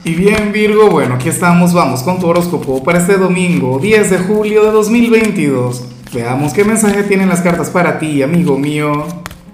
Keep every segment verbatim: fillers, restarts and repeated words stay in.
Y bien, Virgo, bueno, aquí estamos, vamos con tu horóscopo para este domingo, diez de julio de dos mil veintidós. Veamos qué mensaje tienen las cartas para ti, amigo mío.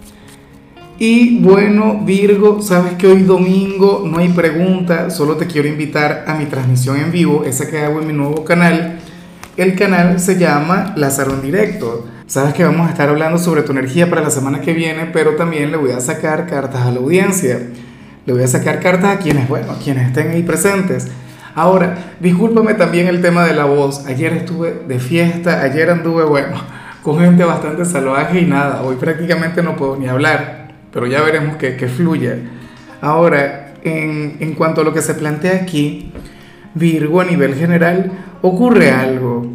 Y bueno, Virgo, sabes que hoy domingo no hay pregunta, solo te quiero invitar a mi transmisión en vivo, esa que hago en mi nuevo canal. El canal se llama Lázaro en Directo. Sabes que vamos a estar hablando sobre tu energía para la semana que viene, pero también le voy a sacar cartas a la audiencia. Le voy a sacar cartas a quienes, bueno, a quienes estén ahí presentes. Ahora, discúlpame también el tema de la voz. Ayer estuve de fiesta, ayer anduve, bueno, con gente bastante salvaje y nada, hoy prácticamente no puedo ni hablar, pero ya veremos que, que fluya. Ahora, en, en cuanto a lo que se plantea aquí, Virgo, a nivel general, ocurre algo.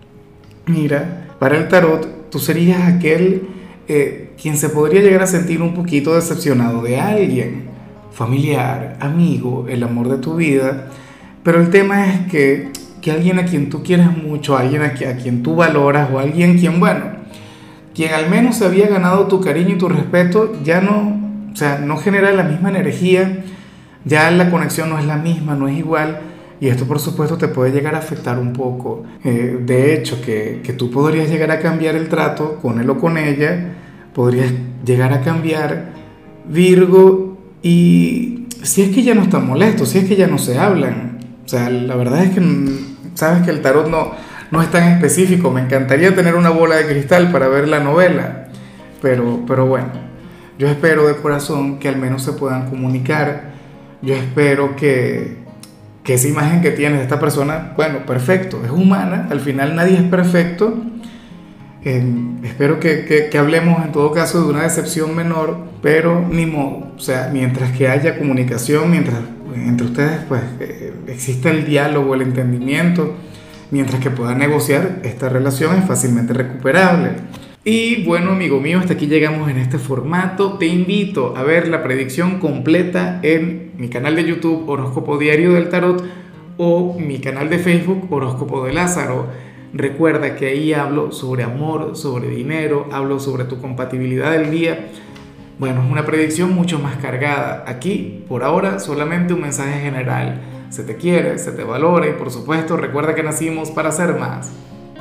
Mira, para el tarot, tú serías aquel eh, quien se podría llegar a sentir un poquito decepcionado de alguien, familiar, amigo, el amor de tu vida, pero el tema es que, que alguien a quien tú quieres mucho, alguien a, quien- a quien tú valoras o alguien quien, bueno, quien al menos se había ganado tu cariño y tu respeto, ya no, o sea, no genera la misma energía, ya la conexión no es la misma, no es igual. Y esto por supuesto te puede llegar a afectar un poco. Eh, de hecho, que, que tú podrías llegar a cambiar el trato con él o con ella, podrías llegar a cambiar, Virgo, y si es que ya no están molestos, si es que ya no se hablan. O sea, la verdad es que mm, sabes que el tarot no, no es tan específico. Me encantaría tener una bola de cristal para ver la novela, pero, pero bueno, yo espero de corazón que al menos se puedan comunicar. Yo espero que que esa imagen que tienes de esta persona, bueno, perfecto, es humana, al final nadie es perfecto. Eh, espero que, que, que hablemos en todo caso de una decepción menor, pero ni modo, o sea, mientras que haya comunicación, mientras entre ustedes pues eh, exista el diálogo, el entendimiento, mientras que puedan negociar, esta relación es fácilmente recuperable. Y bueno, amigo mío, hasta aquí llegamos en este formato. Te invito a ver la predicción completa en mi canal de YouTube Horóscopo Diario del Tarot o mi canal de Facebook Horóscopo de Lázaro. Recuerda que ahí hablo sobre amor, sobre dinero, hablo sobre tu compatibilidad del día. Bueno, es una predicción mucho más cargada. Aquí, por ahora, solamente un mensaje general. Se te quiere, se te valora y por supuesto recuerda que nacimos para ser más.